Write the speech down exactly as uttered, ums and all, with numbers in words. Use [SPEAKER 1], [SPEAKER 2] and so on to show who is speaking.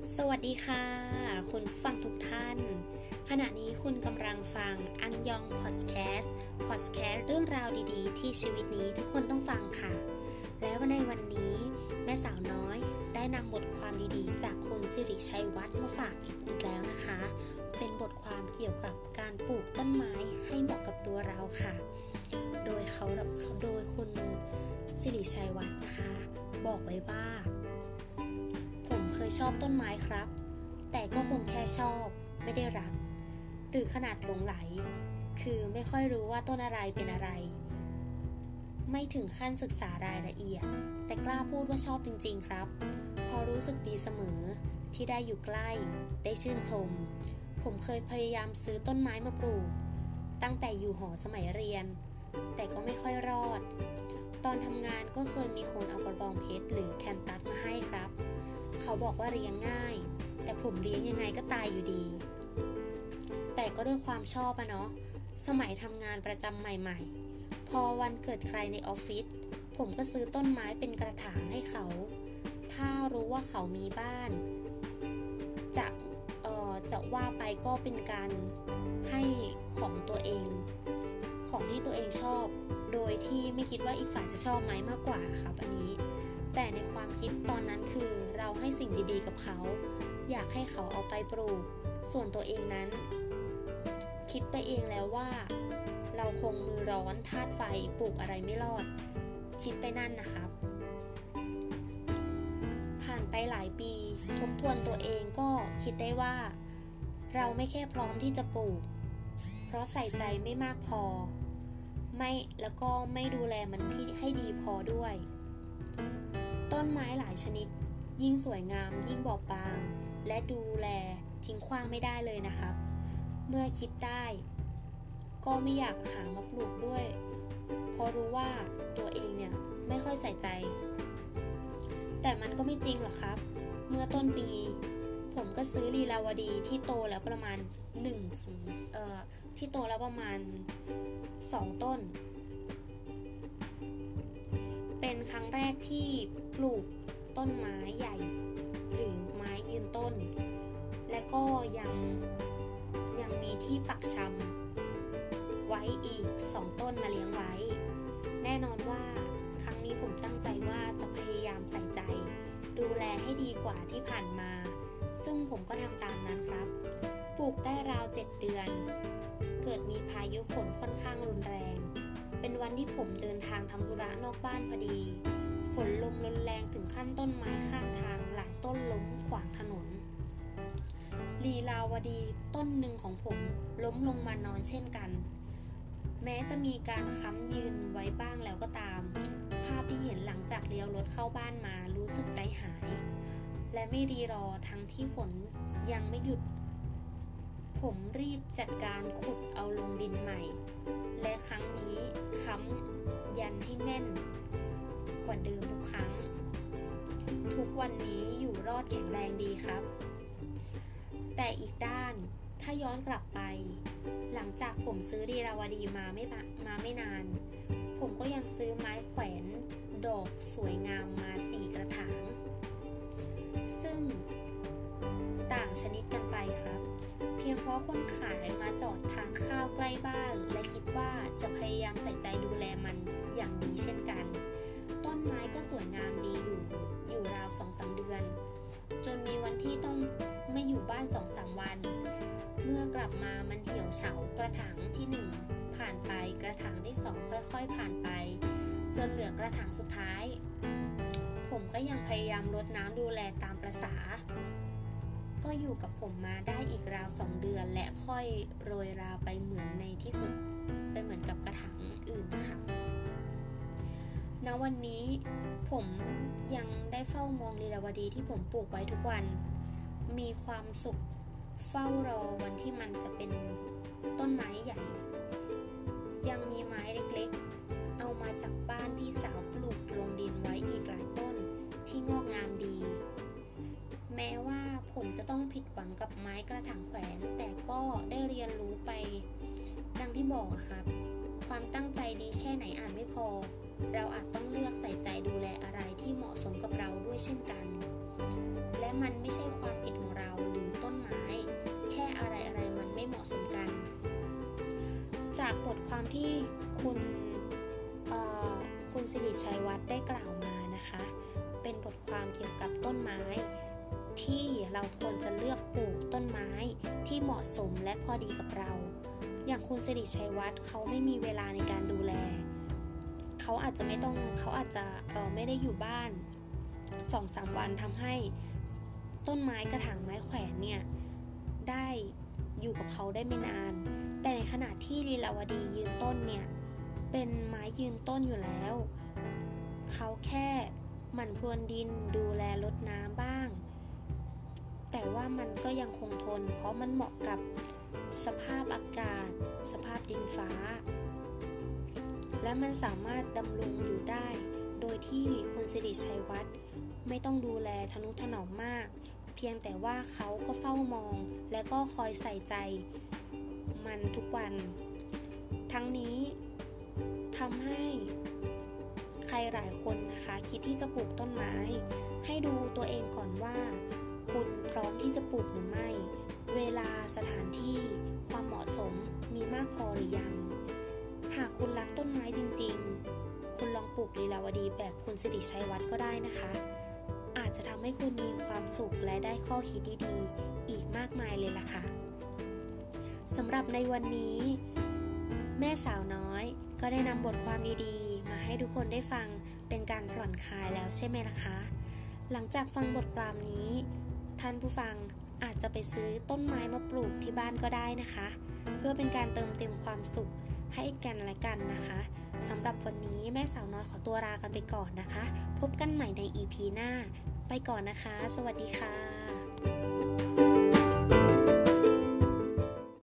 [SPEAKER 1] สวัสดีค่ะคุณผู้ฟังทุกท่านขณะนี้คุณกำลังฟังอันยองพอดแคสต์พอดแคสต์เรื่องราวดีๆที่ชีวิตนี้ทุกคนต้องฟังค่ะและในวันนี้แม่สาวน้อยได้นำบทความดีๆจากคุณสิริชัยวัฒน์มาฝากอีกแล้วนะคะเป็นบทความเกี่ยวกับการปลูกต้นไม้ให้เหมาะกับตัวเราค่ะโดยเขาโดยคุณสิริชัยวัฒน์นะคะบอกไว้ว่าผมเคยชอบต้นไม้ครับแต่ก็คงแค่ชอบไม่ได้รักหรือขนาดหลงไหลคือไม่ค่อยรู้ว่าต้นอะไรเป็นอะไรไม่ถึงขั้นศึกษารายละเอียดแต่กล้าพูดว่าชอบจริงๆครับพอรู้สึกดีเสมอที่ได้อยู่ใกล้ได้ชื่นชมผมเคยพยายามซื้อต้นไม้มาปลูกตั้งแต่อยู่หอสมัยเรียนแต่ก็ไม่ค่อยรอดตอนทำงานก็เคยมีคนเอากระบองเพชรหรือแคนตัสมาให้ครับเขาบอกว่าเลี้ยงง่ายแต่ผมเลี้ยงยังไงก็ตายอยู่ดีแต่ก็ด้วยความชอบอะเนาะสมัยทำงานประจำใหม่ๆพอวันเกิดใครในออฟฟิศผมก็ซื้อต้นไม้เป็นกระถางให้เขาถ้ารู้ว่าเขามีบ้านจะเอ่อจะว่าไปก็เป็นการให้ของตัวเองของที่ตัวเองชอบโดยที่ไม่คิดว่าอีกฝ่ายจะชอบไหมมากกว่าครับอันนี้แต่ในความคิดตอนนั้นคือเราให้สิ่งดีๆกับเขาอยากให้เขาเอาไปปลูกส่วนตัวเองนั้นคิดไปเองแล้วว่าเราคงมือร้อนธาตุไฟปลูกอะไรไม่รอดคิดไปนั่นนะครับผ่านไปหลายปีทบทวนตัวเองก็คิดได้ว่าเราไม่แค่พร้อมที่จะปลูกเพราะใส่ใจไม่มากพอไม่แล้วก็ไม่ดูแลมันที่ให้ดีพอด้วยต้นไม้หลายชนิดยิ่งสวยงามยิ่งบอบบางและดูแลทิ้งขว้างไม่ได้เลยนะครับเมื่อคิดได้ก็ไม่อยากหามาปลูกด้วยเพราะรู้ว่าตัวเองเนี่ยไม่ค่อยใส่ใจแต่มันก็ไม่จริงหรอกครับเมื่อต้นปีผมก็ซื้อลีลาวดีที่โตแล้วประมาณหนึ่งเอ่อที่โตแล้วประมาณสองต้นเป็นครั้งแรกที่ปลูกต้นไม้ใหญ่หรือไม้ยืนต้นและก็ยังยังมีที่ปักชำไว้อีกสองต้นมาเลี้ยงไว้แน่นอนว่าครั้งนี้ผมตั้งใจว่าจะพยายามใส่ใจดูแลให้ดีกว่าที่ผ่านมาซึ่งผมก็ทำตามนั้นครับปลูกได้ราวเจ็ดเดือนเกิดมีพายุฝนค่อนข้างรุนแรงเป็นวันที่ผมเดินทางทำธุระนอกบ้านพอดีฝนลมรุนแรงถึงขั้นต้นไม้ข้างทางหลายต้นล้มขวางถนนลีลาวดีต้นหนึ่งของผมล้มลงมานอนเช่นกันแม้จะมีการค้ำยืนไว้บ้างแล้วก็ตามภาพที่เห็นหลังจากเลี้ยวรถเข้าบ้านมารู้สึกใจหายและไม่รีรอทั้งที่ฝนยังไม่หยุดผมรีบจัดการขุดเอาลงดินใหม่และครั้งนี้ค้ำยันให้แน่นกว่าเดิมทุกครั้งทุกวันนี้อยู่รอดแข็งแรงดีครับแต่อีกด้านถ้าย้อนกลับไปหลังจากผมซื้อลีลาวดีมาไม่มาไม่นานผมก็ยังซื้อไม้แขวนดอกสวยงามมาสี่กระถางซึ่งต่างชนิดกันไปครับเพียงเพราะคนขายมาจอดทานข้าวใกล้บ้านและคิดว่าจะพยายามใส่ใจดูแลมันอย่างดีเช่นกันต้นไม้ก็สวยงามดีอยู่อยู่ราว สองถึงสาม เดือนจนมีวันที่ต้องไม่อยู่บ้าน สองถึงสาม วันเมื่อกลับมามันเหี่ยวเฉากระถางที่หนึ่งผ่านไปกระถางที่สองค่อยๆผ่านไปจนเหลือกระถางสุดท้ายผมก็ยังพยายามรดน้ำดูแลตามประสาก็อยู่กับผมมาได้อีกราวสองเดือนและค่อยโรยราไปเหมือนในที่สุดเป็นเหมือนกับกระถางอื่นนะคะณวันนี้ผมยังได้เฝ้ามองลีลาวดีที่ผมปลูกไว้ทุกวันมีความสุขเฝ้ารอวันที่มันจะเป็นต้นไม้ใหญ่ยังมีไม้เล็กๆเอามาจากบ้านพี่สาวปลูกลงดินไว้อีกหลายต้นที่งอกงามดีแม้ว่าผมจะต้องผิดหวังกับไม้กระถางแขวนแต่ก็ได้เรียนรู้ไปดังที่บอกครับความตั้งใจดีแค่ไหนอ่านไม่พอเราอาจต้องเลือกใส่ใจดูแลอะไรที่เหมาะสมกับเราด้วยเช่นกันและและมันไม่ใช่ความผิดของเราหรือต้นไม้แค่อะไรอะไรมันไม่เหมาะสมกันจากบทความที่คุณคุณสิริชัยวัฒน์ได้กล่าวมานะคะเป็นบทความเกี่ยวกับต้นไม้ที่เราควรจะเลือกปลูกต้นไม้ที่เหมาะสมและพอดีกับเราอย่างคุณสิริชัยวัฒน์เขาไม่มีเวลาในการดูแลเขาอาจจะไม่ต้องเขาอาจจะเอ่อไม่ได้อยู่บ้าน สองถึงสาม วันทำให้ต้นไม้กระถางไม้แขวนเนี่ยได้อยู่กับเขาได้ไม่นานแต่ในขณะที่ลีลาวดียืนต้นเนี่ยเป็นไม้ยืนต้นอยู่แล้วเขาแค่หมั่นพรวนดินดูแลรดน้ำบ้างแต่ว่ามันก็ยังคงทนเพราะมันเหมาะกับสภาพอากาศสภาพดินฟ้าและมันสามารถดำรงอยู่ได้โดยที่คุณสิริชัยวัฒน์ไม่ต้องดูแลทนุถนอมมากเพียงแต่ว่าเขาก็เฝ้ามองและก็คอยใส่ใจมันทุกวันทั้งนี้ทำให้ใครหลายคนนะคะคิดที่จะปลูกต้นไม้ให้ดูตัวเองก่อนว่าคุณพร้อมที่จะปลูกหรือไม่เวลาสถานที่ความเหมาะสมมีมากพอหรือยังหากคุณรักต้นไม้จริงๆคุณลองปลูกลีลาวดีแบบคุณสิริชัยวัฒน์ก็ได้นะคะอาจจะทำให้คุณมีความสุขและได้ข้อคิดดีๆอีกมากมายเลยล่ะค่ะสำหรับในวันนี้แม่สาวน้อยก็ได้นำบทความดีๆมาให้ทุกคนได้ฟังเป็นการผ่อนคลายแล้วใช่ไหมล่ะคะหลังจากฟังบทความนี้ท่านผู้ฟังอาจจะไปซื้อต้นไม้มาปลูกที่บ้านก็ได้นะคะเพื่อเป็นการเติมเต็มความสุขให้กันและกันนะคะสำหรับวันนี้แม่สาวน้อยขอตัวลากันไปก่อนนะคะพบกันใหม่ใน อี พี หน้าไปก่อนนะคะสวัสดีค่ะ